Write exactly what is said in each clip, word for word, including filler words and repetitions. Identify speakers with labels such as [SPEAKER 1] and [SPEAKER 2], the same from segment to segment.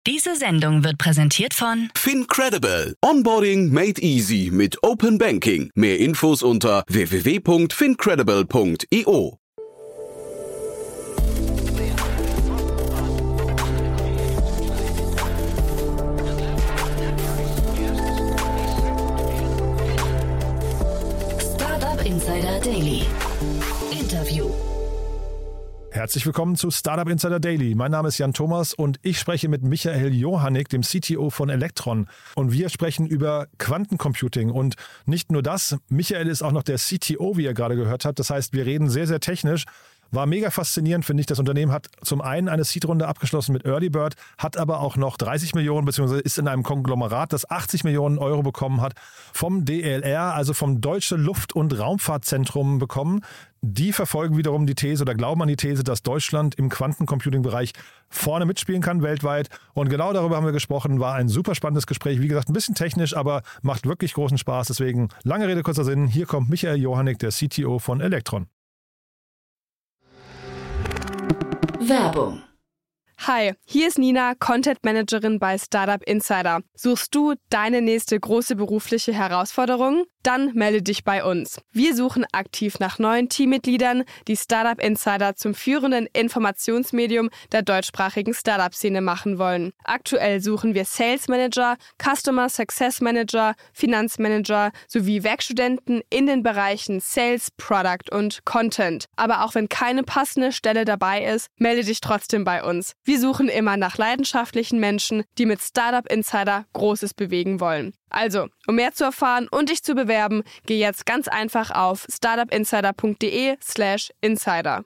[SPEAKER 1] Diese Sendung wird präsentiert von
[SPEAKER 2] FinCredible. Onboarding made easy mit Open Banking. Mehr Infos unter w w w punkt fincredible punkt i o.
[SPEAKER 1] Startup Insider Daily. Interview.
[SPEAKER 3] Herzlich willkommen zu Startup Insider Daily. Mein Name ist Jan Thomas und ich spreche mit Michael Johannick, dem C T O von Elektron. Und wir sprechen über Quantencomputing. Und nicht nur das, Michael ist auch noch der C T O, wie ihr gerade gehört habt. Das heißt, wir reden sehr, sehr technisch. War mega faszinierend, finde ich. Das Unternehmen hat zum einen eine Seed-Runde abgeschlossen mit Early Bird, hat aber auch noch dreißig Millionen, beziehungsweise ist in einem Konglomerat, das achtzig Millionen Euro bekommen hat, vom D L R, also vom Deutsche Luft- und Raumfahrtzentrum bekommen. Die verfolgen wiederum die These oder glauben an die These, dass Deutschland im Quantencomputing-Bereich vorne mitspielen kann weltweit. Und genau darüber haben wir gesprochen. War ein super spannendes Gespräch. Wie gesagt, ein bisschen technisch, aber macht wirklich großen Spaß. Deswegen, lange Rede, kurzer Sinn. Hier kommt Michael Johannick, der C T O von Elektron.
[SPEAKER 1] Werbung.
[SPEAKER 4] Hi, hier ist Nina, Content Managerin bei Startup Insider. Suchst du deine nächste große berufliche Herausforderung? Dann melde dich bei uns. Wir suchen aktiv nach neuen Teammitgliedern, die Startup Insider zum führenden Informationsmedium der deutschsprachigen Startup-Szene machen wollen. Aktuell suchen wir Sales Manager, Customer Success Manager, Finanzmanager sowie Werkstudenten in den Bereichen Sales, Product und Content. Aber auch wenn keine passende Stelle dabei ist, melde dich trotzdem bei uns. Wir suchen immer nach leidenschaftlichen Menschen, die mit Startup Insider Großes bewegen wollen. Also, um mehr zu erfahren und dich zu bewerben, geh jetzt ganz einfach auf startupinsider.de slash insider.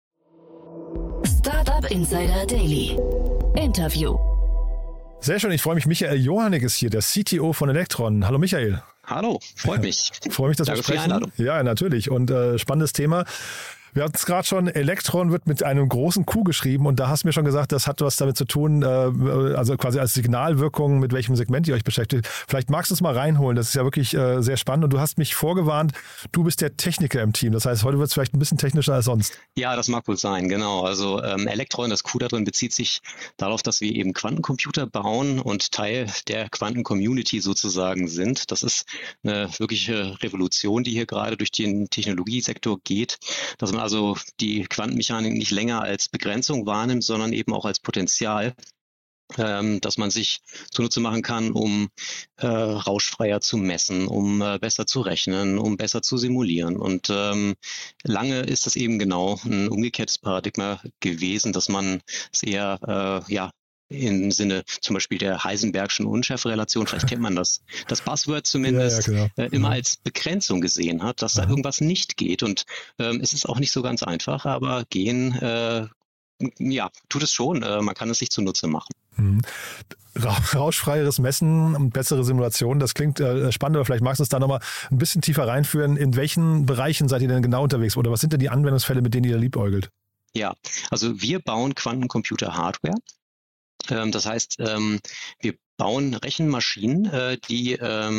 [SPEAKER 1] Startup Insider Daily. Interview.
[SPEAKER 3] Sehr schön, ich freue mich. Michael Johannick ist hier, der C T O von Elektron. Hallo Michael.
[SPEAKER 5] Hallo, freut mich.
[SPEAKER 3] Freue mich, dass
[SPEAKER 5] Danke
[SPEAKER 3] wir sprechen.
[SPEAKER 5] für die Einladung.
[SPEAKER 3] Ja, natürlich. Und äh, spannendes Thema. Wir hatten es gerade schon, Elektron wird mit einem großen Q geschrieben und da hast du mir schon gesagt, das hat was damit zu tun, äh, also quasi als Signalwirkung, mit welchem Segment ihr euch beschäftigt. Vielleicht magst du es mal reinholen, das ist ja wirklich äh, sehr spannend und du hast mich vorgewarnt, du bist der Techniker im Team. Das heißt, heute wird es vielleicht ein bisschen technischer als sonst.
[SPEAKER 5] Ja, das mag wohl sein, genau. Also ähm, Elektron, das Q da drin bezieht sich darauf, dass wir eben Quantencomputer bauen und Teil der Quantencommunity sozusagen sind. Das ist eine wirkliche Revolution, die hier gerade durch den Technologiesektor geht, dass man also die Quantenmechanik nicht länger als Begrenzung wahrnimmt, sondern eben auch als Potenzial, ähm, dass man sich zunutze machen kann, um äh, rauschfreier zu messen, um äh, besser zu rechnen, um besser zu simulieren. Und ähm, lange ist das eben genau ein umgekehrtes Paradigma gewesen, dass man es eher, äh, ja, im Sinne zum Beispiel der Heisenbergschen Unschärferelation, vielleicht kennt man das, das Buzzword zumindest, ja, ja, genau. äh, immer ja. als Begrenzung gesehen hat, dass ja. da irgendwas nicht geht. Und ähm, es ist auch nicht so ganz einfach, aber gehen, äh, ja, tut es schon. Äh, man kann es sich zunutze machen.
[SPEAKER 3] Mhm. Rauschfreieres Messen und bessere Simulation, das klingt äh, spannend, aber vielleicht magst du uns da nochmal ein bisschen tiefer reinführen. In welchen Bereichen seid ihr denn genau unterwegs oder was sind denn die Anwendungsfälle, mit denen ihr liebäugelt?
[SPEAKER 5] Ja, also wir bauen Quantencomputer-Hardware. Das heißt, wir bauen Rechenmaschinen, die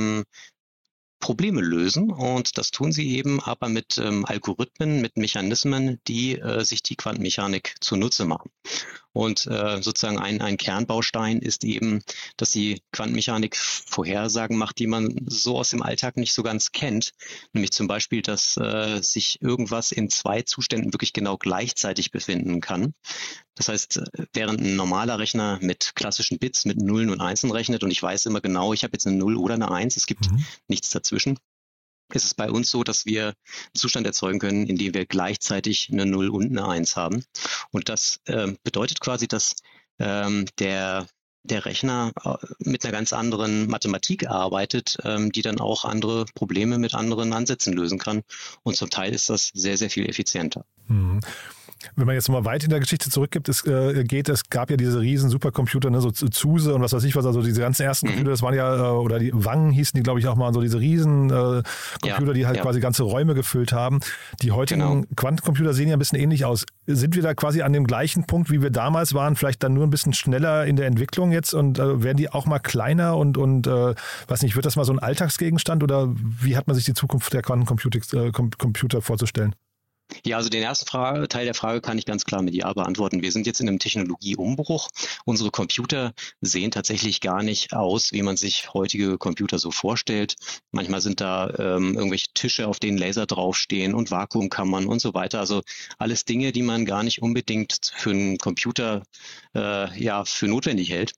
[SPEAKER 5] Probleme lösen und das tun sie eben aber mit Algorithmen, mit Mechanismen, die sich die Quantenmechanik zunutze machen. Und äh, sozusagen ein, ein Kernbaustein ist eben, dass die Quantenmechanik Vorhersagen macht, die man so aus dem Alltag nicht so ganz kennt. Nämlich zum Beispiel, dass äh, sich irgendwas in zwei Zuständen wirklich genau gleichzeitig befinden kann. Das heißt, während ein normaler Rechner mit klassischen Bits, mit Nullen und Einsen rechnet und ich weiß immer genau, ich habe jetzt eine Null oder eine Eins, es gibt mhm. nichts dazwischen, ist es bei uns so, dass wir einen Zustand erzeugen können, in dem wir gleichzeitig eine Null und eine Eins haben. Und das äh, bedeutet quasi, dass ähm, der, der Rechner mit einer ganz anderen Mathematik arbeitet, ähm, die dann auch andere Probleme mit anderen Ansätzen lösen kann. Und zum Teil ist das sehr, sehr viel effizienter.
[SPEAKER 3] Mhm. Wenn man jetzt mal weit in der Geschichte zurückgibt, es äh, geht, es gab ja diese riesen Supercomputer, ne, so Zuse und was weiß ich was, also diese ganzen ersten mhm. Computer, das waren ja, äh, oder die Wangen hießen die, glaube ich, auch mal, so diese riesen äh, Computer, ja, die halt ja. quasi ganze Räume gefüllt haben. Die heutigen genau. Quantencomputer sehen ja ein bisschen ähnlich aus. Sind wir da quasi an dem gleichen Punkt, wie wir damals waren, vielleicht dann nur ein bisschen schneller in der Entwicklung jetzt und äh, werden die auch mal kleiner und, und äh, weiß nicht, wird das mal so ein Alltagsgegenstand oder wie hat man sich die Zukunft der Quantencomputer äh, Computer vorzustellen?
[SPEAKER 5] Ja, also den ersten Frage, Teil der Frage kann ich ganz klar mit Ja beantworten. Wir sind jetzt in einem Technologieumbruch. Unsere Computer sehen tatsächlich gar nicht aus, wie man sich heutige Computer so vorstellt. Manchmal sind da ähm, irgendwelche Tische, auf denen Laser draufstehen und Vakuumkammern und so weiter. Also alles Dinge, die man gar nicht unbedingt für einen Computer äh, ja, für notwendig hält.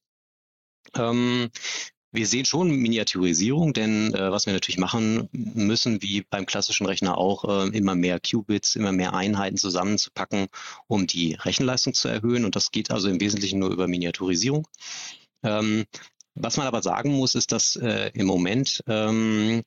[SPEAKER 5] Ähm, Wir sehen schon Miniaturisierung, denn äh, was wir natürlich machen müssen, wie beim klassischen Rechner auch, äh, immer mehr Qubits, immer mehr Einheiten zusammenzupacken, um die Rechenleistung zu erhöhen. Und das geht also im Wesentlichen nur über Miniaturisierung. Ähm, was man aber sagen muss, ist, dass äh, im Moment ähm,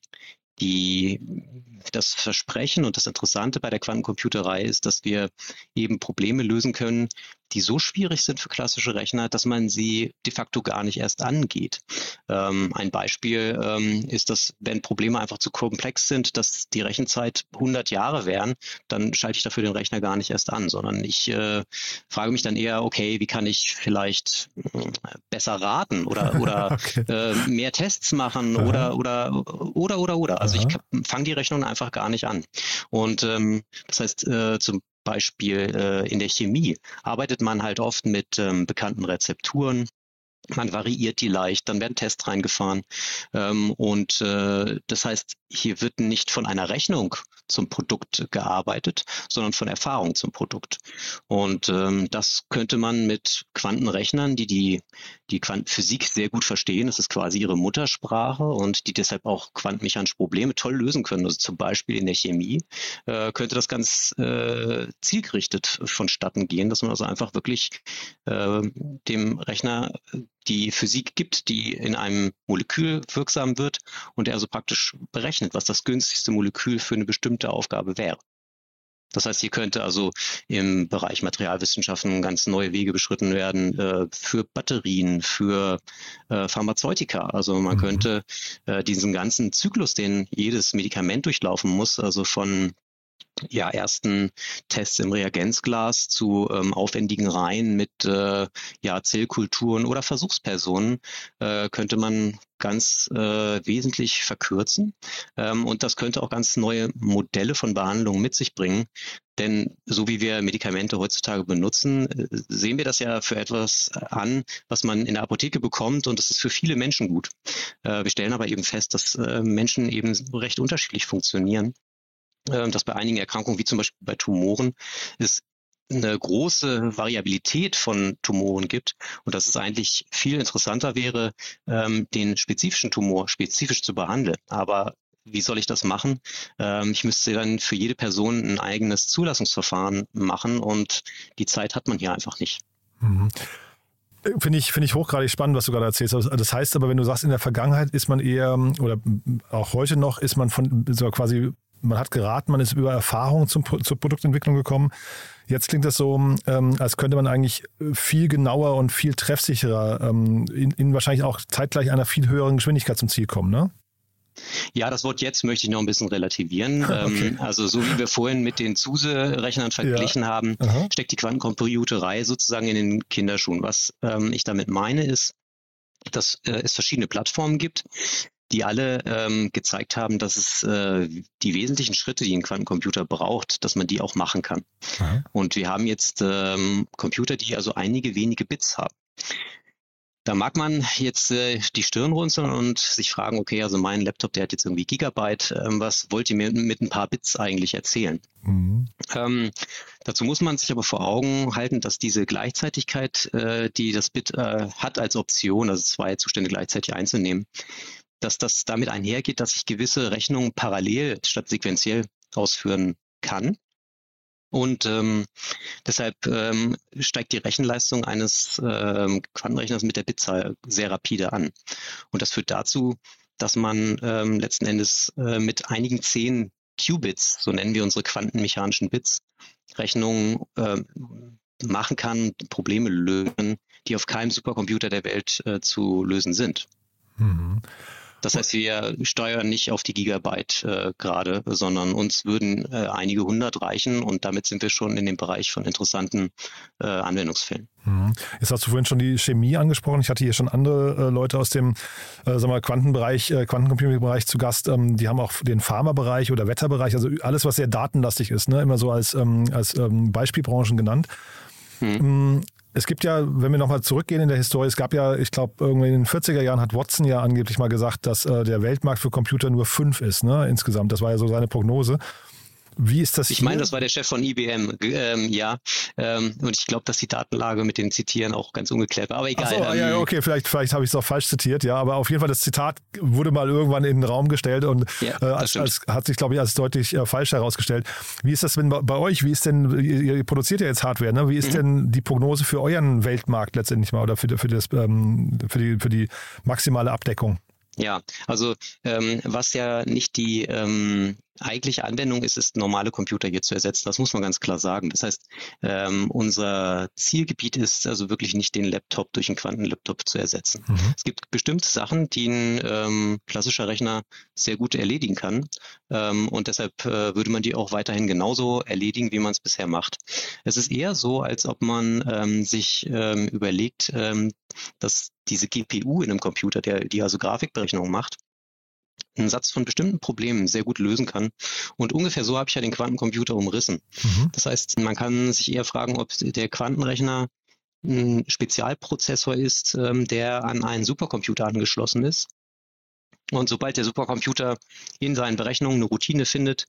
[SPEAKER 5] die, das Versprechen und das Interessante bei der Quantencomputerei ist, dass wir eben Probleme lösen können, die so schwierig sind für klassische Rechner, dass man sie de facto gar nicht erst angeht. Ähm, ein Beispiel ähm, ist, dass wenn Probleme einfach zu komplex sind, dass die Rechenzeit hundert Jahre wären, dann schalte ich dafür den Rechner gar nicht erst an, sondern ich äh, frage mich dann eher, okay, wie kann ich vielleicht äh, besser raten oder, oder okay. äh, mehr Tests machen oder, oder, oder, oder, oder. Also Aha. ich fange die Rechnung einfach gar nicht an. Und ähm, das heißt, äh, zum Beispiel äh, in der Chemie arbeitet man halt oft mit ähm, bekannten Rezepturen. Man variiert die leicht, dann werden Tests reingefahren. Ähm, und äh, das heißt, hier wird nicht von einer Rechnung zum Produkt gearbeitet, sondern von Erfahrung zum Produkt. Und ähm, das könnte man mit Quantenrechnern, die die, die Quantenphysik sehr gut verstehen, das ist quasi ihre Muttersprache und die deshalb auch quantenmechanische Probleme toll lösen können. Also zum Beispiel in der Chemie äh, könnte das ganz äh, zielgerichtet vonstatten gehen, dass man also einfach wirklich äh, dem Rechner die Physik gibt, die in einem Molekül wirksam wird und der also praktisch berechnet, was das günstigste Molekül für eine bestimmte Aufgabe wäre. Das heißt, hier könnte also im Bereich Materialwissenschaften ganz neue Wege beschritten werden äh, für Batterien, für äh, Pharmazeutika. Also man mhm. könnte äh, diesen ganzen Zyklus, den jedes Medikament durchlaufen muss, also von ja, ersten Tests im Reagenzglas zu ähm, aufwendigen Reihen mit äh, ja, Zellkulturen oder Versuchspersonen äh, könnte man ganz äh, wesentlich verkürzen. Ähm, und das könnte auch ganz neue Modelle von Behandlungen mit sich bringen. Denn so wie wir Medikamente heutzutage benutzen, äh, sehen wir das ja für etwas an, was man in der Apotheke bekommt und das ist für viele Menschen gut. Äh, wir stellen aber eben fest, dass äh, Menschen eben recht unterschiedlich funktionieren. Dass bei einigen Erkrankungen, wie zum Beispiel bei Tumoren, es eine große Variabilität von Tumoren gibt und dass es eigentlich viel interessanter wäre, den spezifischen Tumor spezifisch zu behandeln. Aber wie soll ich das machen? Ich müsste dann für jede Person ein eigenes Zulassungsverfahren machen und die Zeit hat man hier einfach nicht.
[SPEAKER 3] Mhm. Finde ich, finde ich hochgradig spannend, was du gerade erzählst. Das heißt aber, wenn du sagst, in der Vergangenheit ist man eher, oder auch heute noch, ist man von so quasi, man hat geraten, man ist über Erfahrung zum, zur Produktentwicklung gekommen. Jetzt klingt das so, ähm, als könnte man eigentlich viel genauer und viel treffsicherer ähm, in, in wahrscheinlich auch zeitgleich einer viel höheren Geschwindigkeit zum Ziel kommen, ne?
[SPEAKER 5] Ja, das Wort jetzt möchte ich noch ein bisschen relativieren. Okay. Ähm, also so wie wir vorhin mit den SUSE-Rechnern verglichen ja. haben, Aha. steckt die Quantencomputerei sozusagen in den Kinderschuhen. Was ähm, ich damit meine ist, dass äh, es verschiedene Plattformen gibt, die alle ähm, gezeigt haben, dass es äh, die wesentlichen Schritte, die ein Quantencomputer braucht, dass man die auch machen kann. Aha. Und wir haben jetzt ähm, Computer, die also einige wenige Bits haben. Da mag man jetzt äh, die Stirn runzeln und sich fragen, okay, also mein Laptop, der hat jetzt irgendwie Gigabyte, ähm, was wollt ihr mir mit ein paar Bits eigentlich erzählen? Mhm. Ähm, dazu muss man sich aber vor Augen halten, dass diese Gleichzeitigkeit, äh, die das Bit äh, hat als Option, also zwei Zustände gleichzeitig einzunehmen, dass das damit einhergeht, dass ich gewisse Rechnungen parallel statt sequenziell ausführen kann. Und ähm, deshalb ähm, steigt die Rechenleistung eines ähm, Quantenrechners mit der Bitzahl sehr rapide an. Und das führt dazu, dass man ähm, letzten Endes äh, mit einigen zehn Qubits, so nennen wir unsere quantenmechanischen Bits, Rechnungen äh, machen kann, Probleme lösen, die auf keinem Supercomputer der Welt äh, zu lösen sind.
[SPEAKER 3] Mhm.
[SPEAKER 5] Das heißt, wir steuern nicht auf die Gigabyte äh, gerade, sondern uns würden äh, einige hundert reichen und damit sind wir schon in dem Bereich von interessanten äh, Anwendungsfällen.
[SPEAKER 3] Mhm. Jetzt hast du vorhin schon die Chemie angesprochen. Ich hatte hier schon andere äh, Leute aus dem äh, sagen wir, Quantenbereich, äh, Quantencomputing-Bereich zu Gast. Ähm, die haben auch den Pharmabereich oder Wetterbereich, also alles, was sehr datenlastig ist, ne? Immer so als, ähm, als ähm, Beispielbranchen genannt. Mhm. Es gibt ja, wenn wir nochmal zurückgehen in der Historie, es gab ja, ich glaube, irgendwie in den vierziger Jahren hat Watson ja angeblich mal gesagt, dass äh, der Weltmarkt für Computer nur fünf ist, ne, insgesamt. Das war ja so seine Prognose. Wie ist das
[SPEAKER 5] Ich
[SPEAKER 3] hier?
[SPEAKER 5] meine, das war der Chef von I B M, ähm, ja. Ähm, und ich glaube, dass die Datenlage mit den Zitieren auch ganz ungeklärt war. Aber egal.
[SPEAKER 3] Ach so, ja, okay, vielleicht, vielleicht habe ich es auch falsch zitiert, ja. Aber auf jeden Fall, das Zitat wurde mal irgendwann in den Raum gestellt und
[SPEAKER 5] ja,
[SPEAKER 3] äh, als, als, hat sich, glaube ich, als deutlich äh, falsch herausgestellt. Wie ist das denn bei, bei euch? Wie ist denn, ihr, ihr produziert ja jetzt Hardware, ne? Wie ist mhm. denn die Prognose für euren Weltmarkt letztendlich mal oder für, für, das, ähm, für, die, für die maximale Abdeckung?
[SPEAKER 5] Ja, also ähm, was ja nicht die ähm, eigentliche Anwendung ist, ist normale Computer hier zu ersetzen. Das muss man ganz klar sagen. Das heißt, ähm, unser Zielgebiet ist also wirklich nicht den Laptop durch einen Quantenlaptop zu ersetzen. Mhm. Es gibt bestimmte Sachen, die ein ähm, klassischer Rechner sehr gut erledigen kann ähm, und deshalb äh, würde man die auch weiterhin genauso erledigen, wie man es bisher macht. Es ist eher so, als ob man ähm, sich ähm, überlegt, ähm, dass diese G P U in einem Computer, der die also Grafikberechnung macht, einen Satz von bestimmten Problemen sehr gut lösen kann. Und ungefähr so habe ich ja den Quantencomputer umrissen. Mhm. Das heißt, man kann sich eher fragen, ob der Quantenrechner ein Spezialprozessor ist, der an einen Supercomputer angeschlossen ist. Und sobald der Supercomputer in seinen Berechnungen eine Routine findet,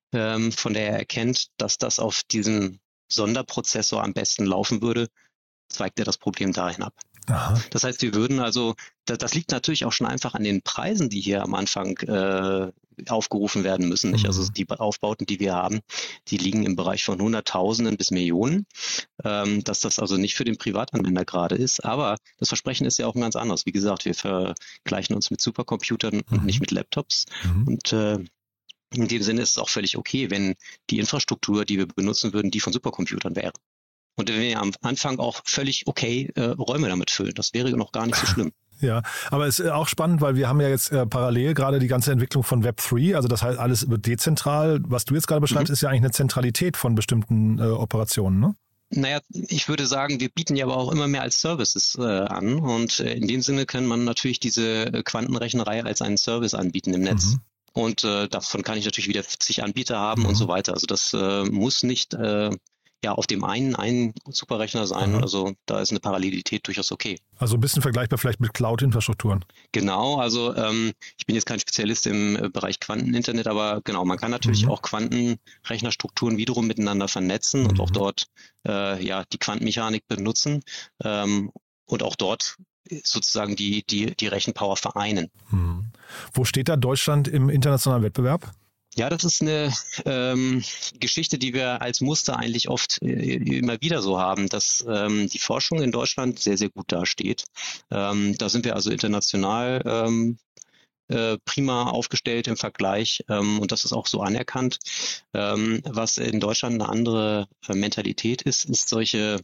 [SPEAKER 5] von der er erkennt, dass das auf diesem Sonderprozessor am besten laufen würde, zweigt er das Problem dahin ab. Aha. Das heißt, wir würden also, das, das liegt natürlich auch schon einfach an den Preisen, die hier am Anfang äh, aufgerufen werden müssen. Nicht? Also die Aufbauten, die wir haben, die liegen im Bereich von Hunderttausenden bis Millionen, ähm, dass das also nicht für den Privatanwender gerade ist. Aber das Versprechen ist ja auch ein ganz anderes. Wie gesagt, wir vergleichen uns mit Supercomputern mhm. und nicht mit Laptops. Mhm. Und äh, in dem Sinne ist es auch völlig okay, wenn die Infrastruktur, die wir benutzen würden, die von Supercomputern wäre. Und wenn wir am Anfang auch völlig okay äh, Räume damit füllen, das wäre noch gar nicht so schlimm.
[SPEAKER 3] Ja, aber es ist auch spannend, weil wir haben ja jetzt äh, parallel gerade die ganze Entwicklung von Web drei, also das heißt, alles wird dezentral. Was du jetzt gerade beschreibst, mhm. ist ja eigentlich eine Zentralität von bestimmten äh, Operationen, ne?
[SPEAKER 5] Naja, ich würde sagen, wir bieten ja aber auch immer mehr als Services äh, an und äh, in dem Sinne kann man natürlich diese äh, Quantenrechnerei als einen Service anbieten im Netz. Mhm. Und äh, davon kann ich natürlich wieder zig Anbieter haben mhm. und so weiter. Also das äh, muss nicht äh, ja auf dem einen einen Superrechner sein. Mhm. Also da ist eine Parallelität durchaus okay.
[SPEAKER 3] Also ein bisschen vergleichbar vielleicht mit Cloud-Infrastrukturen.
[SPEAKER 5] Genau, also ähm, ich bin jetzt kein Spezialist im äh, Bereich Quanteninternet, aber genau, man kann natürlich mhm. auch Quantenrechnerstrukturen wiederum miteinander vernetzen mhm. und auch dort äh, ja die Quantenmechanik benutzen ähm, und auch dort sozusagen die, die, die Rechenpower vereinen.
[SPEAKER 3] Mhm. Wo steht da Deutschland im internationalen Wettbewerb?
[SPEAKER 5] Ja, das ist eine ähm, Geschichte, die wir als Muster eigentlich oft äh, immer wieder so haben, dass ähm, die Forschung in Deutschland sehr, sehr gut dasteht. Ähm, da sind wir also international ähm, äh, prima aufgestellt im Vergleich ähm, und das ist auch so anerkannt. Ähm, was in Deutschland eine andere äh, Mentalität ist, ist solche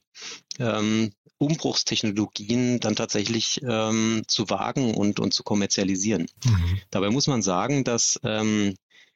[SPEAKER 5] ähm, Umbruchstechnologien dann tatsächlich ähm, zu wagen und, und zu kommerzialisieren. Mhm. Dabei muss man sagen, dass ähm,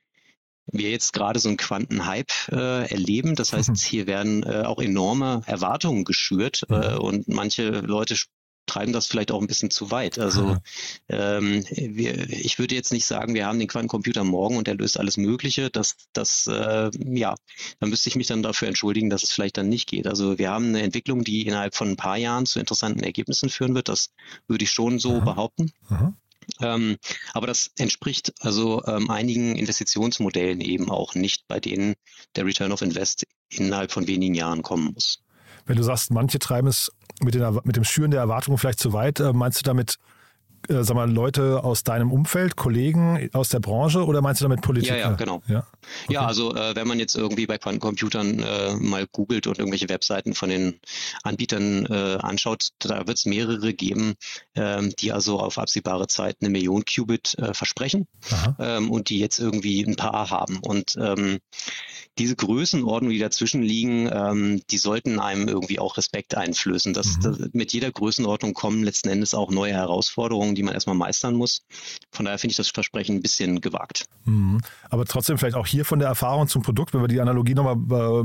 [SPEAKER 5] wir jetzt gerade so einen Quantenhype äh, erleben. Das heißt, hier werden äh, auch enorme Erwartungen geschürt äh, und manche Leute treiben das vielleicht auch ein bisschen zu weit. Also ähm, wir, ich würde jetzt nicht sagen, wir haben den Quantencomputer morgen und der löst alles Mögliche. Das, das äh, ja, dann müsste ich mich dann dafür entschuldigen, dass es vielleicht dann nicht geht. Also wir haben eine Entwicklung, die innerhalb von ein paar Jahren zu interessanten Ergebnissen führen wird. Das würde ich schon so Aha. behaupten. Aha. Ähm, aber das entspricht also ähm, einigen Investitionsmodellen eben auch nicht, bei denen der Return of Invest innerhalb von wenigen Jahren kommen muss.
[SPEAKER 3] Wenn du sagst, manche treiben es mit, den, mit dem Schüren der Erwartungen vielleicht zu weit, äh, meinst du damit äh, sag mal, Leute aus deinem Umfeld, Kollegen aus der Branche oder meinst du damit Politiker?
[SPEAKER 5] Ja, ja, genau.
[SPEAKER 3] Ja, okay.
[SPEAKER 5] Ja, also äh, wenn man jetzt irgendwie bei Quantencomputern äh, mal googelt und irgendwelche Webseiten von den Anbietern äh, anschaut, da wird es mehrere geben, ähm, die also auf absehbare Zeit eine Million Qubit äh, versprechen ähm, und die jetzt irgendwie ein paar haben. Und ähm, diese Größenordnungen, die dazwischen liegen, ähm, die sollten einem irgendwie auch Respekt einflößen. Das, mhm. das, mit jeder Größenordnung kommen letzten Endes auch neue Herausforderungen, die man erstmal meistern muss. Von daher finde ich das Versprechen ein bisschen gewagt.
[SPEAKER 3] Mhm. Aber trotzdem vielleicht auch hier von der Erfahrung zum Produkt, wenn wir die Analogie nochmal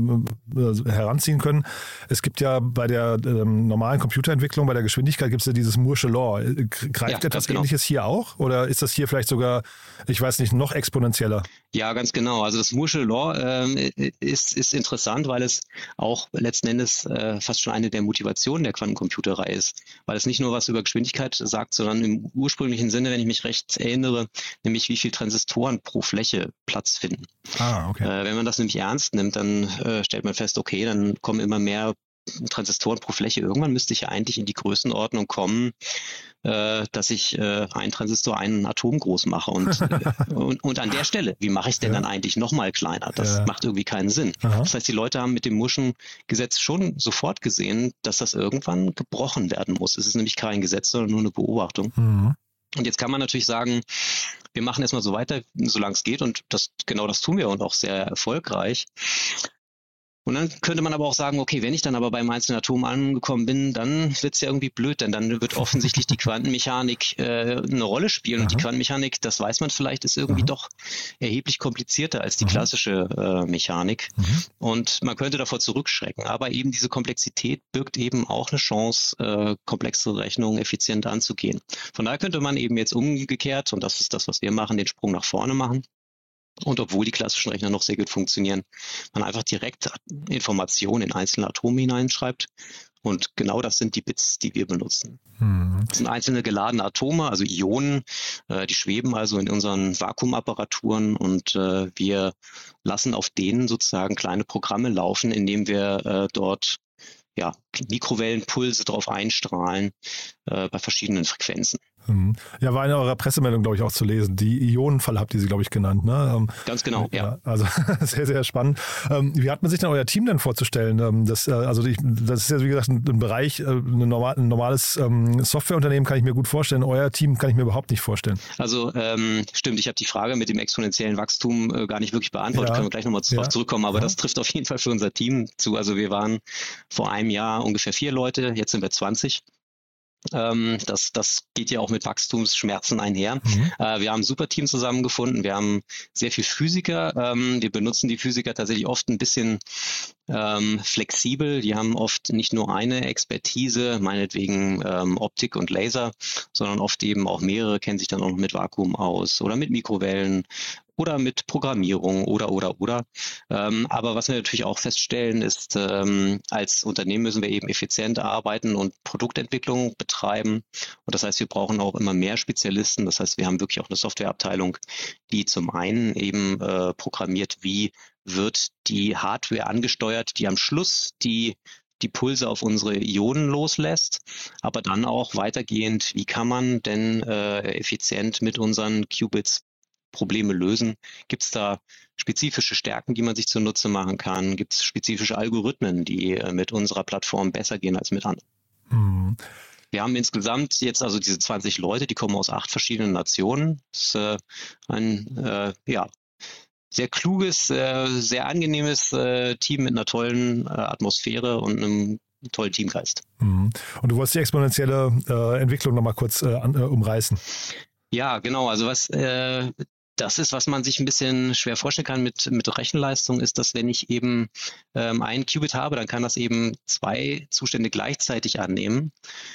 [SPEAKER 3] äh, heranziehen können. Es gibt ja bei der ähm, normalen Computerentwicklung, bei der Geschwindigkeit gibt es ja dieses Moore'sche Law. Greift
[SPEAKER 5] ja,
[SPEAKER 3] etwas
[SPEAKER 5] genau.
[SPEAKER 3] Ähnliches hier auch? Oder ist das hier vielleicht sogar, ich weiß nicht, noch exponentieller?
[SPEAKER 5] Ja, ganz genau. Also das Moore'sche Law ähm, ist, ist interessant, weil es auch letzten Endes äh, fast schon eine der Motivationen der Quantencomputerei ist. Weil es nicht nur was über Geschwindigkeit sagt, sondern im ursprünglichen Sinne, wenn ich mich recht erinnere, nämlich wie viel Transistoren pro Fläche Platz finden.
[SPEAKER 3] Ah, okay.
[SPEAKER 5] Äh, wenn man das nämlich ernst nimmt, dann äh, stellt man fest, okay, dann kommen immer mehr Transistoren pro Fläche. Irgendwann müsste ich ja eigentlich in die Größenordnung kommen, äh, dass ich äh, ein Transistor einen Atom groß mache. Und, äh, und, und an der Stelle, wie mache ich es denn ja. dann eigentlich nochmal kleiner? Das ja. macht irgendwie keinen Sinn. Aha. Das heißt, die Leute haben mit dem Moore'schen Gesetz schon sofort gesehen, dass das irgendwann gebrochen werden muss. Es ist nämlich kein Gesetz, sondern nur eine Beobachtung. Mhm. Und jetzt kann man natürlich sagen, wir machen erstmal so weiter, solange es geht. Und das, genau das tun wir und auch sehr erfolgreich. Und dann könnte man aber auch sagen, okay, wenn ich dann aber beim einzelnen Atom angekommen bin, dann wird es ja irgendwie blöd, denn dann wird offensichtlich die Quantenmechanik äh, eine Rolle spielen. Aha. Und die Quantenmechanik, das weiß man vielleicht, ist irgendwie Aha. doch erheblich komplizierter als die Aha. klassische äh, Mechanik. Mhm. Und man könnte davor zurückschrecken. Aber eben diese Komplexität birgt eben auch eine Chance, äh, komplexere Rechnungen effizient anzugehen. Von daher könnte man eben jetzt umgekehrt, und das ist das, was wir machen, den Sprung nach vorne machen. Und obwohl die klassischen Rechner noch sehr gut funktionieren, man einfach direkt Informationen in einzelne Atome hineinschreibt. Und genau das sind die Bits, die wir benutzen. Hm. Das sind einzelne geladene Atome, also Ionen, äh, die schweben also in unseren Vakuumapparaturen und äh, wir lassen auf denen sozusagen kleine Programme laufen, indem wir äh, dort ja, Mikrowellenpulse drauf einstrahlen äh, bei verschiedenen Frequenzen.
[SPEAKER 3] Ja, war in eurer Pressemeldung, glaube ich, auch zu lesen. Die Ionenfalle habt ihr sie, glaube ich, genannt. Ne?
[SPEAKER 5] Ganz genau, ja.
[SPEAKER 3] ja. Also sehr, sehr spannend. Wie hat man sich denn euer Team denn vorzustellen? Das, also ich, das ist ja, wie gesagt, ein, ein Bereich, ein, normal, ein normales ähm, Softwareunternehmen kann ich mir gut vorstellen. Euer Team kann ich mir überhaupt nicht vorstellen.
[SPEAKER 5] Also ähm, stimmt, ich habe die Frage mit dem exponentiellen Wachstum äh, gar nicht wirklich beantwortet. Ja. Können wir gleich nochmal drauf ja. zurückkommen. Aber ja. das trifft auf jeden Fall für unser Team zu. Also wir waren vor einem Jahr ungefähr vier Leute, jetzt sind wir zwanzig. Ähm, das, das geht ja auch mit Wachstumsschmerzen einher. Mhm. Äh, wir haben ein super Team zusammengefunden. Wir haben sehr viel Physiker. Ähm, wir benutzen die Physiker tatsächlich oft ein bisschen ähm, flexibel. Die haben oft nicht nur eine Expertise, meinetwegen ähm, Optik und Laser, sondern oft eben auch mehrere, kennen sich dann auch noch mit Vakuum aus oder mit Mikrowellen oder mit Programmierung oder, oder, oder. Ähm, aber was wir natürlich auch feststellen, ist, ähm, als Unternehmen müssen wir eben effizient arbeiten und Produktentwicklung betreiben. Und das heißt, wir brauchen auch immer mehr Spezialisten. Das heißt, wir haben wirklich auch eine Softwareabteilung, die zum einen eben äh, programmiert, wie wird die Hardware angesteuert, die am Schluss die die Pulse auf unsere Ionen loslässt, aber dann auch weitergehend, wie kann man denn äh, effizient mit unseren Qubits Probleme lösen? Gibt es da spezifische Stärken, die man sich zunutze machen kann? Gibt es spezifische Algorithmen, die äh, mit unserer Plattform besser gehen als mit anderen? Mhm. Wir haben insgesamt jetzt also diese zwanzig Leute, die kommen aus acht verschiedenen Nationen. Das ist äh, ein äh, ja, sehr kluges, äh, sehr angenehmes äh, Team mit einer tollen äh, Atmosphäre und einem tollen Teamgeist.
[SPEAKER 3] Mhm. Und du wolltest die exponentielle äh, Entwicklung nochmal kurz äh, an, äh, umreißen.
[SPEAKER 5] Ja, genau. Also was äh, das ist, was man sich ein bisschen schwer vorstellen kann mit, mit Rechenleistung, ist, dass wenn ich eben ähm, einen Qubit habe, dann kann das eben zwei Zustände gleichzeitig annehmen.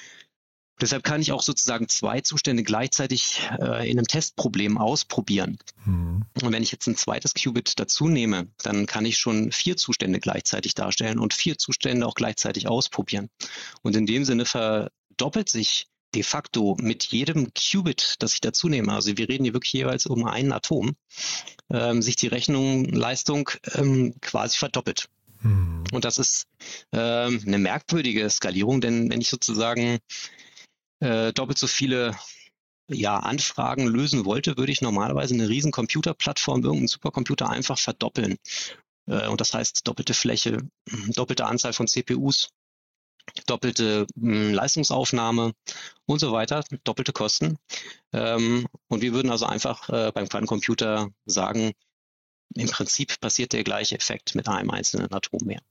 [SPEAKER 5] Deshalb kann ich auch sozusagen zwei Zustände gleichzeitig äh, in einem Testproblem ausprobieren. Mhm. Und wenn ich jetzt ein zweites Qubit dazu nehme, dann kann ich schon vier Zustände gleichzeitig darstellen und vier Zustände auch gleichzeitig ausprobieren. Und in dem Sinne verdoppelt sich de facto mit jedem Qubit, das ich dazu nehme, also wir reden hier wirklich jeweils um ein Atom, ähm, sich die Rechnungsleistung ähm, quasi verdoppelt. Mhm. Und das ist ähm, eine merkwürdige Skalierung, denn wenn ich sozusagen äh, doppelt so viele ja, Anfragen lösen wollte, würde ich normalerweise eine riesen Computerplattform, irgendeinen Supercomputer einfach verdoppeln. Äh, und das heißt doppelte Fläche, doppelte Anzahl von C P Us, doppelte mh, Leistungsaufnahme und so weiter, doppelte Kosten. Ähm, und wir würden also einfach äh, beim Quantencomputer sagen, im Prinzip passiert der gleiche Effekt mit einem einzelnen Atom mehr.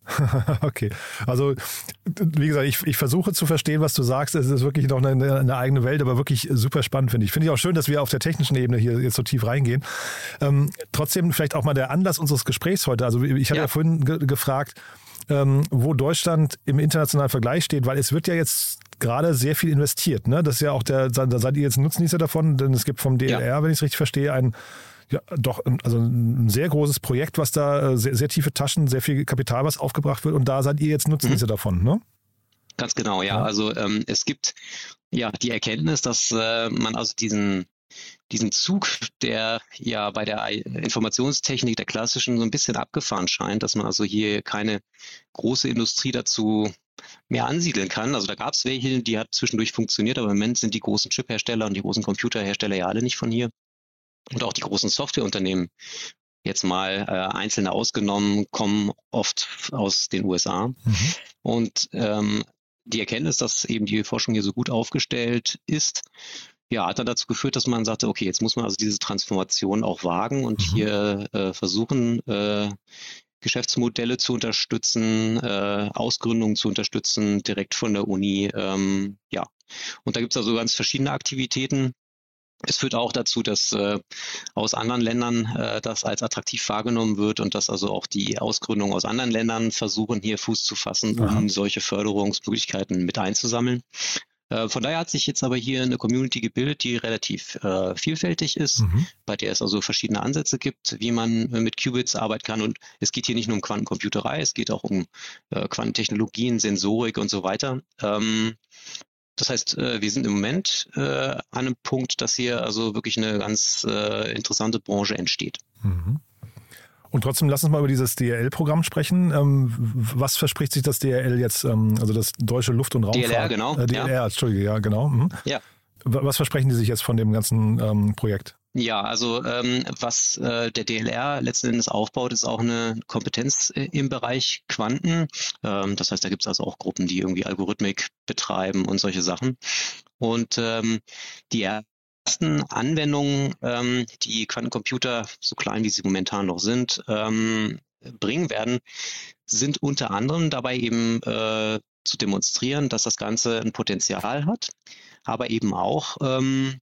[SPEAKER 3] Okay, also wie gesagt, ich, ich versuche zu verstehen, was du sagst. Es ist wirklich noch eine, eine eigene Welt, aber wirklich super spannend, finde ich. Finde ich auch schön, dass wir auf der technischen Ebene hier jetzt so tief reingehen. Ähm, trotzdem vielleicht auch mal der Anlass unseres Gesprächs heute. Also ich habe ja, ja vorhin ge- gefragt, ähm, wo Deutschland im internationalen Vergleich steht, weil es wird ja jetzt gerade sehr viel investiert. Ne? Das ist ja auch der, da seid ihr jetzt Nutznießer davon, denn es gibt vom D L R, ja. wenn ich es richtig verstehe, ein Ja, doch, also ein sehr großes Projekt, was da sehr, sehr tiefe Taschen, sehr viel Kapital, was aufgebracht wird und da seid ihr jetzt Nutznießer mhm. davon, ne?
[SPEAKER 5] Ganz genau, ja. ja. Also ähm, es gibt ja die Erkenntnis, dass äh, man also diesen, diesen Zug, der ja bei der Informationstechnik, der klassischen, so ein bisschen abgefahren scheint, dass man also hier keine große Industrie dazu mehr ansiedeln kann. Also da gab es welche, die hat zwischendurch funktioniert, aber im Moment sind die großen Chiphersteller und die großen Computerhersteller ja alle nicht von hier. Und auch die großen Softwareunternehmen, jetzt mal äh, einzelne ausgenommen, kommen oft aus den U S A. Mhm. Und ähm, die Erkenntnis, dass eben die Forschung hier so gut aufgestellt ist, ja, hat dann dazu geführt, dass man sagte, okay, jetzt muss man also diese Transformation auch wagen und mhm. hier äh, versuchen, äh, Geschäftsmodelle zu unterstützen, äh, Ausgründungen zu unterstützen, direkt von der Uni. Ähm, ja, und da gibt es also ganz verschiedene Aktivitäten. Es führt auch dazu, dass äh, aus anderen Ländern äh, das als attraktiv wahrgenommen wird und dass also auch die Ausgründungen aus anderen Ländern versuchen, hier Fuß zu fassen, um Aha. solche Förderungsmöglichkeiten mit einzusammeln. Äh, von daher hat sich jetzt aber hier eine Community gebildet, die relativ äh, vielfältig ist, mhm. bei der es also verschiedene Ansätze gibt, wie man äh, mit Qubits arbeiten kann. Und es geht hier nicht nur um Quantencomputerei, es geht auch um äh, Quantentechnologien, Sensorik und so weiter. Ähm, Das heißt, wir sind im Moment äh, an einem Punkt, dass hier also wirklich eine ganz äh, interessante Branche entsteht.
[SPEAKER 3] Mhm. Und trotzdem, lass uns mal über dieses D L R-Programm sprechen. Ähm, was verspricht sich das D L R jetzt, ähm, also das Deutsche Luft- und Raumfahrt?
[SPEAKER 5] D L R, genau.
[SPEAKER 3] Äh, D L R, ja. Entschuldige, ja, genau. Mhm.
[SPEAKER 5] Ja.
[SPEAKER 3] Was versprechen die sich jetzt von dem ganzen ähm, Projekt?
[SPEAKER 5] Ja, also ähm, was äh, der D L R letzten Endes aufbaut, ist auch eine Kompetenz äh, im Bereich Quanten. Ähm, das heißt, da gibt es also auch Gruppen, die irgendwie Algorithmik betreiben und solche Sachen. Und ähm, die ersten Anwendungen, ähm, die Quantencomputer, so klein wie sie momentan noch sind, ähm, bringen werden, sind unter anderem dabei eben äh, zu demonstrieren, dass das Ganze ein Potenzial hat, aber eben auch ähm,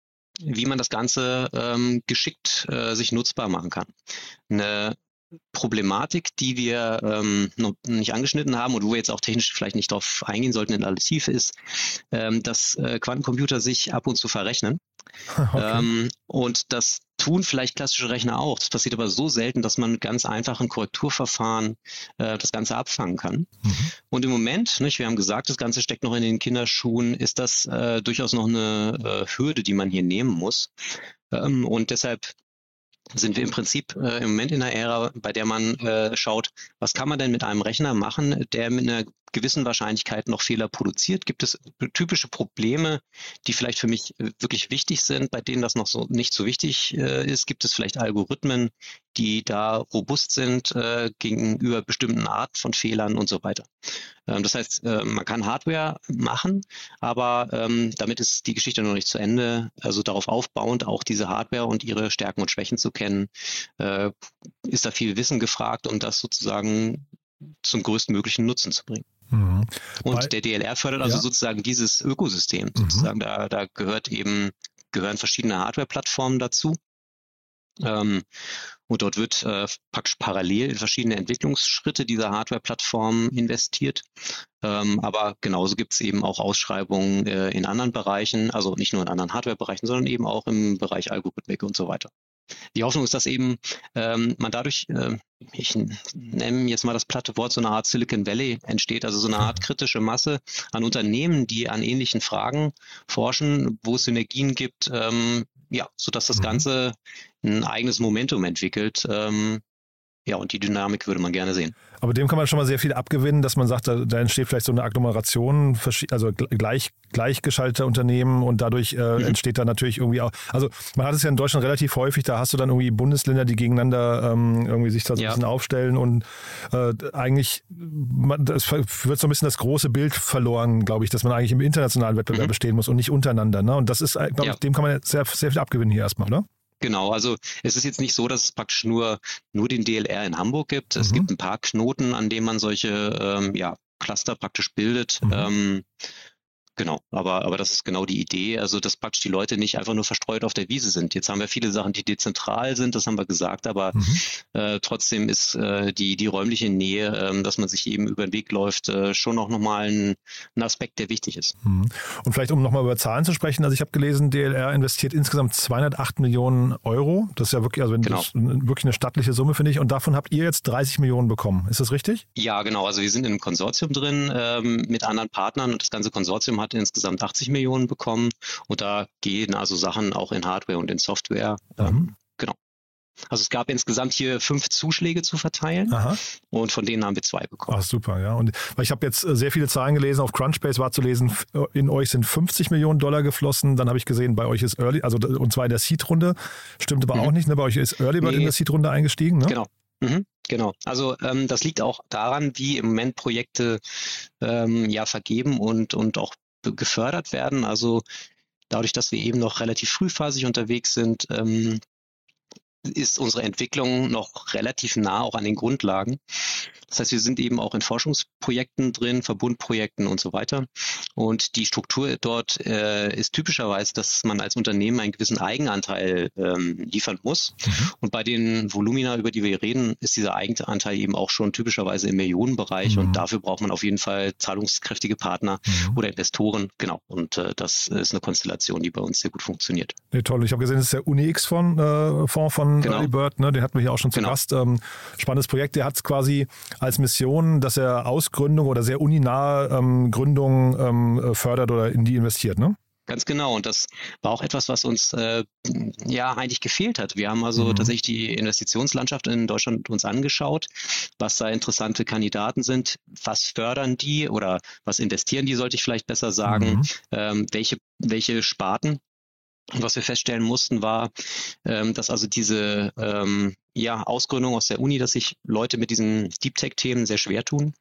[SPEAKER 5] wie man das Ganze ähm, geschickt äh, sich nutzbar machen kann. Eine Problematik, die wir ähm, noch nicht angeschnitten haben und wo wir jetzt auch technisch vielleicht nicht darauf eingehen sollten in aller Tiefe, ist, ähm, dass äh, Quantencomputer sich ab und zu verrechnen. Okay. Ähm, und das tun vielleicht klassische Rechner auch. Das passiert aber so selten, dass man mit ganz einfachen Korrekturverfahren äh, das Ganze abfangen kann. Mhm. Und im Moment, nicht, wir haben gesagt, das Ganze steckt noch in den Kinderschuhen, ist das äh, durchaus noch eine äh, Hürde, die man hier nehmen muss. Ähm, und deshalb sind wir im Prinzip äh, im Moment in einer Ära, bei der man äh, schaut, was kann man denn mit einem Rechner machen, der mit einer gewissen Wahrscheinlichkeit noch Fehler produziert? Gibt es typische Probleme, die vielleicht für mich wirklich wichtig sind, bei denen das noch so nicht so wichtig äh, ist? Gibt es vielleicht Algorithmen, die da robust sind äh, gegenüber bestimmten Arten von Fehlern und so weiter? Ähm, das heißt, äh, man kann Hardware machen, aber ähm, damit ist die Geschichte noch nicht zu Ende. Also darauf aufbauend, auch diese Hardware und ihre Stärken und Schwächen zu kennen, äh, ist da viel Wissen gefragt, um das sozusagen zum größtmöglichen Nutzen zu bringen. Mhm. Und Weil, der D L R fördert also ja. sozusagen dieses Ökosystem. Mhm. Sozusagen da, da gehört eben, gehören verschiedene Hardware-Plattformen dazu. Ähm, und dort wird äh, praktisch parallel in verschiedene Entwicklungsschritte dieser Hardware-Plattformen investiert. Ähm, aber genauso gibt es eben auch Ausschreibungen äh, in anderen Bereichen, also nicht nur in anderen Hardware-Bereichen, sondern eben auch im Bereich Algorithmik und so weiter. Die Hoffnung ist, dass eben ähm, man dadurch, äh, ich nenne jetzt mal das platte Wort, so eine Art Silicon Valley entsteht, also so eine Art kritische Masse an Unternehmen, die an ähnlichen Fragen forschen, wo es Synergien gibt, ähm, ja, sodass das Ganze ein eigenes Momentum entwickelt. Ähm, ja, und die Dynamik würde man gerne sehen.
[SPEAKER 3] Aber dem kann man schon mal sehr viel abgewinnen, dass man sagt, da, da entsteht vielleicht so eine Agglomeration, also gleich, gleichgeschalteter Unternehmen und dadurch äh, mhm. entsteht da natürlich irgendwie auch, also man hat es ja in Deutschland relativ häufig, da hast du dann irgendwie Bundesländer, die gegeneinander ähm, irgendwie sich da so ja. ein bisschen aufstellen und äh, eigentlich, man, das wird so ein bisschen das große Bild verloren, glaube ich, dass man eigentlich im internationalen Wettbewerb mhm. bestehen muss und nicht untereinander. Ne? Und das ist, glaube ich, ja. dem kann man sehr, sehr viel abgewinnen hier erstmal, oder?
[SPEAKER 5] Genau, also es ist jetzt nicht so, dass es praktisch nur, nur den D L R in Hamburg gibt. Es
[SPEAKER 3] Mhm.
[SPEAKER 5] gibt ein paar Knoten, an denen man solche ähm, ja, Cluster praktisch bildet.
[SPEAKER 3] Mhm.
[SPEAKER 5] Ähm, Genau, aber, aber das ist genau die Idee, also dass praktisch die Leute nicht einfach nur verstreut auf der Wiese sind. Jetzt haben wir viele Sachen, die dezentral sind, das haben wir gesagt, aber
[SPEAKER 3] Mhm.
[SPEAKER 5] äh, trotzdem ist äh, die, die räumliche Nähe, ähm, dass man sich eben über den Weg läuft, äh, schon auch nochmal ein, ein Aspekt, der wichtig ist.
[SPEAKER 3] Mhm. Und vielleicht, um nochmal über Zahlen zu sprechen, also ich habe gelesen, D L R investiert insgesamt zweihundertacht Millionen Euro. Das ist ja wirklich, also
[SPEAKER 5] Genau.
[SPEAKER 3] das ist wirklich eine stattliche Summe, finde ich. Und davon habt ihr jetzt dreißig Millionen bekommen. Ist das richtig?
[SPEAKER 5] Ja, genau, also wir sind in einem Konsortium drin ähm, mit anderen Partnern und das ganze Konsortium hat insgesamt achtzig Millionen bekommen und da gehen also Sachen auch in Hardware und in Software. Ähm,
[SPEAKER 3] Mhm.
[SPEAKER 5] Genau. Also es gab insgesamt hier fünf Zuschläge zu verteilen
[SPEAKER 3] Aha.
[SPEAKER 5] und von denen haben wir zwei bekommen.
[SPEAKER 3] Ach, super, ja. Und weil ich habe jetzt äh, sehr viele Zahlen gelesen, auf Crunchbase war zu lesen, f- in euch sind fünfzig Millionen Dollar geflossen. Dann habe ich gesehen, bei euch ist Early, also d- und zwar in der Seed-Runde. Stimmt aber
[SPEAKER 5] Mhm.
[SPEAKER 3] auch nicht, ne? Bei euch ist Early Bird
[SPEAKER 5] Nee.
[SPEAKER 3] in der Seed-Runde eingestiegen, ne?
[SPEAKER 5] Genau. Mhm, genau. Also ähm, das liegt auch daran, wie im Moment Projekte ähm, ja vergeben und, und auch be- gefördert werden. Also dadurch, dass wir eben noch relativ frühphasig unterwegs sind, ähm, ist unsere Entwicklung noch relativ nah auch an den Grundlagen. Das heißt, wir sind eben auch in Forschungsprojekten drin, Verbundprojekten und so weiter. Und die Struktur dort äh, ist typischerweise, dass man als Unternehmen einen gewissen Eigenanteil ähm, liefern muss.
[SPEAKER 3] Mhm.
[SPEAKER 5] Und bei den Volumina, über die wir reden, ist dieser Eigenanteil eben auch schon typischerweise im Millionenbereich.
[SPEAKER 3] Mhm.
[SPEAKER 5] Und dafür braucht man auf jeden Fall zahlungskräftige Partner
[SPEAKER 3] Mhm.
[SPEAKER 5] oder Investoren. Genau. Und äh, das ist eine Konstellation, die bei uns sehr gut funktioniert.
[SPEAKER 3] Nee, toll. Und ich habe gesehen, das ist der UniX-Fonds äh, Fonds von
[SPEAKER 5] Genau.
[SPEAKER 3] Early Bird, ne? Den hatten wir hier auch schon zu
[SPEAKER 5] Genau.
[SPEAKER 3] Gast. Ähm, spannendes Projekt. Der hat es quasi als Mission, dass er Ausgründung oder sehr uninahe ähm, Gründungen ähm, fördert oder in die investiert, ne?
[SPEAKER 5] Ganz genau. Und das war auch etwas, was uns äh, ja eigentlich gefehlt hat. Wir haben also
[SPEAKER 3] Mhm.
[SPEAKER 5] tatsächlich die Investitionslandschaft in Deutschland uns angeschaut, was da interessante Kandidaten sind, was fördern die oder was investieren die, sollte ich vielleicht besser sagen,
[SPEAKER 3] Mhm.
[SPEAKER 5] ähm, welche, welche Sparten. Und was wir feststellen mussten, war, ähm, dass also diese ähm, ja, Ausgründung aus der Uni, dass sich Leute mit diesen Deep Tech-Themen sehr schwer tun,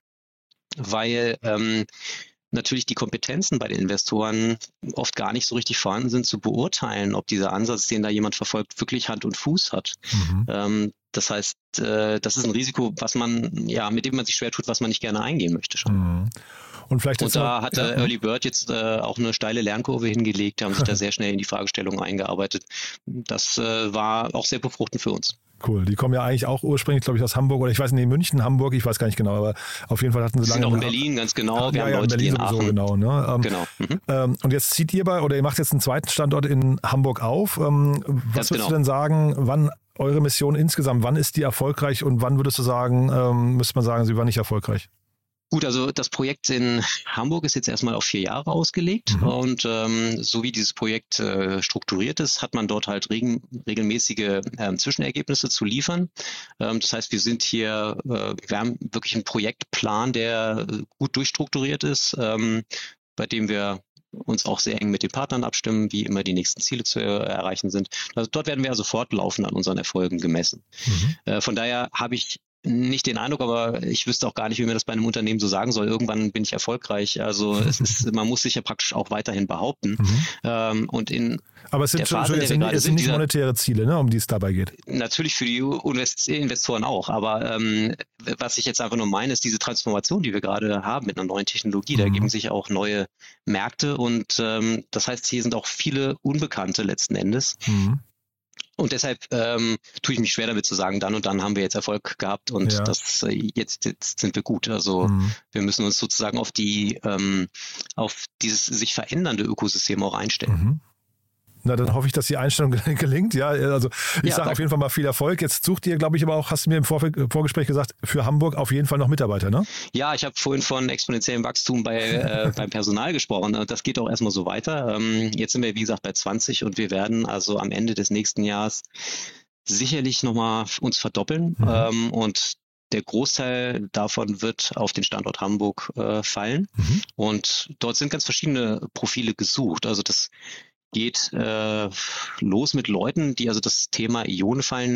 [SPEAKER 5] weil ähm, natürlich die Kompetenzen bei den Investoren oft gar nicht so richtig vorhanden sind, zu beurteilen, ob dieser Ansatz, den da jemand verfolgt, wirklich Hand und Fuß hat.
[SPEAKER 3] Mhm.
[SPEAKER 5] Ähm, das heißt, äh, das ist ein Risiko, was man, ja, mit dem man sich schwer tut, was man nicht gerne eingehen möchte schon.
[SPEAKER 3] Mhm. Und vielleicht
[SPEAKER 5] Und
[SPEAKER 3] jetzt
[SPEAKER 5] da
[SPEAKER 3] noch-
[SPEAKER 5] hatte
[SPEAKER 3] ja.
[SPEAKER 5] Early Bird jetzt äh, auch eine steile Lernkurve hingelegt, haben sich da sehr schnell in die Fragestellung eingearbeitet. Das äh, war auch sehr befruchtend für uns.
[SPEAKER 3] Cool. Die kommen ja eigentlich auch ursprünglich, glaube ich, aus Hamburg oder ich weiß nicht, München, Hamburg, ich weiß gar nicht genau, aber auf jeden Fall hatten sie
[SPEAKER 5] Wir sind
[SPEAKER 3] lange
[SPEAKER 5] auch in Berlin, ganz genau. Wir
[SPEAKER 3] ja,
[SPEAKER 5] haben
[SPEAKER 3] ja, in
[SPEAKER 5] Leute, die
[SPEAKER 3] Berlin
[SPEAKER 5] in
[SPEAKER 3] sowieso,
[SPEAKER 5] Aachen.
[SPEAKER 3] genau. Ne? Ähm,
[SPEAKER 5] Genau. Mhm.
[SPEAKER 3] ähm, und jetzt zieht ihr bei, oder ihr macht jetzt einen zweiten Standort in Hamburg auf. Ähm, was
[SPEAKER 5] Ganz
[SPEAKER 3] würdest
[SPEAKER 5] genau.
[SPEAKER 3] du denn sagen, wann eure Mission insgesamt, wann ist die erfolgreich und wann würdest du sagen, ähm, müsste man sagen, sie war nicht erfolgreich?
[SPEAKER 5] Gut, also das Projekt in Hamburg ist jetzt erstmal auf vier Jahre ausgelegt
[SPEAKER 3] Mhm.
[SPEAKER 5] und ähm, so wie dieses Projekt äh, strukturiert ist, hat man dort halt regen, regelmäßige ähm, Zwischenergebnisse zu liefern. Ähm, das heißt, wir sind hier, äh, wir haben wirklich einen Projektplan, der äh, gut durchstrukturiert ist, ähm, bei dem wir uns auch sehr eng mit den Partnern abstimmen, wie immer die nächsten Ziele zu äh, erreichen sind. Also dort werden wir also fortlaufend an unseren Erfolgen gemessen.
[SPEAKER 3] Mhm.
[SPEAKER 5] Äh, von daher habe ich nicht den Eindruck, aber ich wüsste auch gar nicht, wie man das bei einem Unternehmen so sagen soll. Irgendwann bin ich erfolgreich. Also es ist, man muss sich ja praktisch auch weiterhin behaupten.
[SPEAKER 3] Mhm.
[SPEAKER 5] Ähm, und in
[SPEAKER 3] Aber es sind,
[SPEAKER 5] der
[SPEAKER 3] schon,
[SPEAKER 5] Phase, in
[SPEAKER 3] es
[SPEAKER 5] der wir
[SPEAKER 3] sind,
[SPEAKER 5] gerade
[SPEAKER 3] es sind
[SPEAKER 5] sind,
[SPEAKER 3] nicht
[SPEAKER 5] dieser-
[SPEAKER 3] monetäre Ziele, ne, um die es dabei geht.
[SPEAKER 5] natürlich für die Invest- Investoren auch. Aber ähm, was ich jetzt einfach nur meine, ist diese Transformation, die wir gerade haben mit einer neuen Technologie. Da
[SPEAKER 3] Mhm.
[SPEAKER 5] ergeben sich auch neue Märkte und ähm, das heißt, hier sind auch viele Unbekannte letzten Endes.
[SPEAKER 3] Mhm.
[SPEAKER 5] Und deshalb ähm, tue ich mich schwer damit zu sagen, dann und dann haben wir jetzt Erfolg gehabt und
[SPEAKER 3] Ja.
[SPEAKER 5] das äh, jetzt, jetzt sind wir gut. Also
[SPEAKER 3] Mhm.
[SPEAKER 5] wir müssen uns sozusagen auf die ähm, auf dieses sich verändernde Ökosystem auch einstellen.
[SPEAKER 3] Mhm. Na, dann hoffe ich, dass die Einstellung gelingt. Ja, also ich
[SPEAKER 5] Ja,
[SPEAKER 3] sage auf
[SPEAKER 5] danke.
[SPEAKER 3] jeden Fall mal viel Erfolg. Jetzt sucht ihr, glaube ich, aber auch, hast du mir im Vorf- Vorgespräch gesagt, für Hamburg auf jeden Fall noch Mitarbeiter, ne?
[SPEAKER 5] Ja, ich habe vorhin von exponentiellem Wachstum bei äh, beim Personal gesprochen. Und das geht auch erstmal so weiter. Ähm, jetzt sind wir, wie gesagt, bei zwanzig und wir werden also am Ende des nächsten Jahres sicherlich nochmal uns verdoppeln.
[SPEAKER 3] Mhm.
[SPEAKER 5] Ähm, und der Großteil davon wird auf den Standort Hamburg äh, fallen.
[SPEAKER 3] Mhm.
[SPEAKER 5] Und dort sind ganz verschiedene Profile gesucht. Also das geht äh, los mit Leuten, die also das Thema Ionenfallen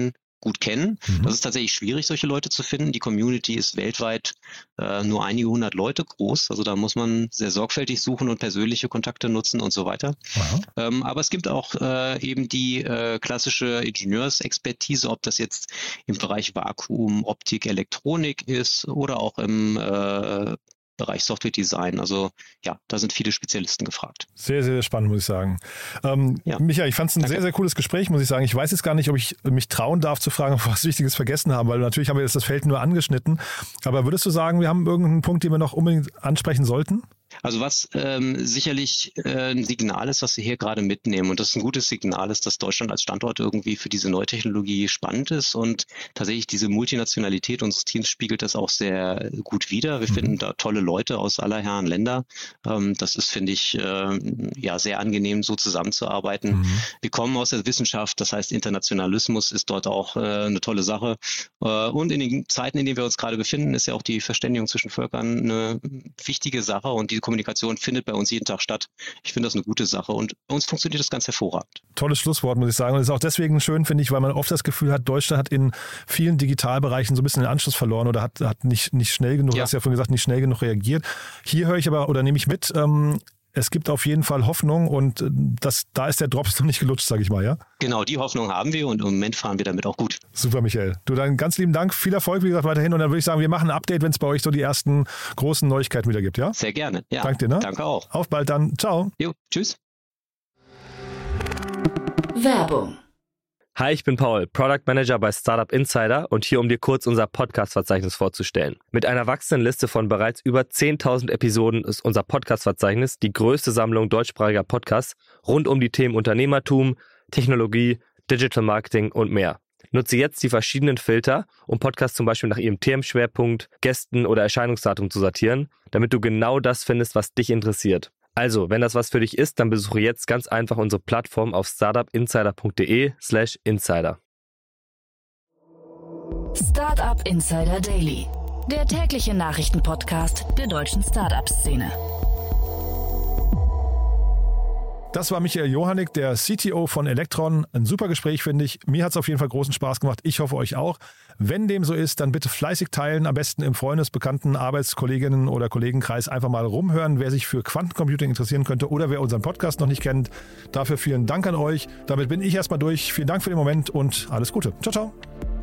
[SPEAKER 5] gut kennen. Mhm. Das ist tatsächlich schwierig, solche Leute zu finden. Die Community ist weltweit äh, nur einige hundert Leute groß. Also da muss man sehr sorgfältig suchen und persönliche Kontakte nutzen und so weiter. Ähm, aber es gibt auch äh, eben die äh, klassische Ingenieursexpertise, ob das jetzt im Bereich Vakuum, Optik, Elektronik ist oder auch im äh, Bereich Software-Design. Also ja, da sind viele Spezialisten gefragt.
[SPEAKER 3] Sehr, sehr spannend, muss ich sagen. Ähm, ja. Michael, ich fand es ein Danke. sehr, sehr cooles Gespräch, muss ich sagen. Ich weiß jetzt gar nicht, ob ich mich trauen darf zu fragen, ob wir was Wichtiges vergessen haben, weil natürlich haben wir jetzt das Feld nur angeschnitten. Aber würdest du sagen, wir haben irgendeinen Punkt, den wir noch unbedingt ansprechen sollten?
[SPEAKER 5] Also was ähm, sicherlich äh, ein Signal ist, was wir hier gerade mitnehmen, und das ist ein gutes Signal ist, dass Deutschland als Standort irgendwie für diese neue Technologie spannend ist, und tatsächlich diese Multinationalität unseres Teams spiegelt das auch sehr gut wider. Wir mhm. finden da tolle Leute aus aller Herren Länder. Ähm, das ist, finde ich, äh, ja sehr angenehm, so zusammenzuarbeiten. Mhm. Wir kommen aus der Wissenschaft, das heißt Internationalismus ist dort auch äh, eine tolle Sache. Äh, und in den Zeiten, in denen wir uns gerade befinden, ist ja auch die Verständigung zwischen Völkern eine wichtige Sache, und die Kommunikation findet bei uns jeden Tag statt. Ich finde das eine gute Sache, und bei uns funktioniert das ganz hervorragend.
[SPEAKER 3] Tolles Schlusswort, muss ich sagen. Und es ist auch deswegen schön, finde ich, weil man oft das Gefühl hat, Deutschland hat in vielen Digitalbereichen so ein bisschen den Anschluss verloren oder hat, hat nicht, nicht schnell genug, ja. du hast ja vorhin gesagt, nicht schnell genug reagiert. Hier höre ich aber oder nehme ich mit, ähm, es gibt auf jeden Fall Hoffnung, und das, da ist der Drops noch nicht gelutscht, sage ich mal, ja?
[SPEAKER 5] Genau, die Hoffnung haben wir, und im Moment fahren wir damit auch gut.
[SPEAKER 3] Super, Michael. Du, dann ganz lieben Dank, viel Erfolg, wie gesagt, weiterhin, und dann würde ich sagen, wir machen ein Update, wenn es bei euch so die ersten großen Neuigkeiten wieder gibt, ja?
[SPEAKER 5] Sehr gerne, ja.
[SPEAKER 3] Danke dir, ne?
[SPEAKER 5] Danke auch.
[SPEAKER 3] Auf bald dann, ciao.
[SPEAKER 5] Jo, tschüss.
[SPEAKER 1] Werbung.
[SPEAKER 6] Hi, ich bin Paul, Product Manager bei Startup Insider, und hier, um dir kurz unser Podcast-Verzeichnis vorzustellen. Mit einer wachsenden Liste von bereits über zehntausend Episoden ist unser Podcast-Verzeichnis die größte Sammlung deutschsprachiger Podcasts rund um die Themen Unternehmertum, Technologie, Digital Marketing und mehr. Nutze jetzt die verschiedenen Filter, um Podcasts zum Beispiel nach ihrem Themenschwerpunkt, Gästen oder Erscheinungsdatum zu sortieren, damit du genau das findest, was dich interessiert. Also, wenn das was für dich ist, dann besuche jetzt ganz einfach unsere Plattform auf startupinsider.de slash insider.
[SPEAKER 1] Startup Insider Daily, der tägliche Nachrichtenpodcast der deutschen Startup-Szene.
[SPEAKER 3] Das war Michael Johannick, der C T O von Elektron. Ein super Gespräch, finde ich. Mir hat es auf jeden Fall großen Spaß gemacht. Ich hoffe, euch auch. Wenn dem so ist, dann bitte fleißig teilen. Am besten im Freundes-, Bekannten-, Arbeitskolleginnen- oder Kollegenkreis einfach mal rumhören, wer sich für Quantencomputing interessieren könnte oder wer unseren Podcast noch nicht kennt. Dafür vielen Dank an euch. Damit bin ich erstmal durch. Vielen Dank für den Moment und alles Gute. Ciao, ciao.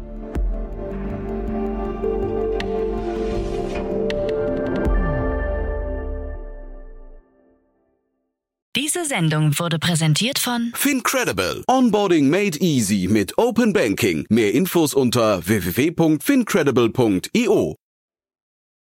[SPEAKER 1] Diese Sendung wurde präsentiert von
[SPEAKER 2] FinCredible. Onboarding made easy mit Open Banking. Mehr Infos unter w w w punkt fincredible punkt i o.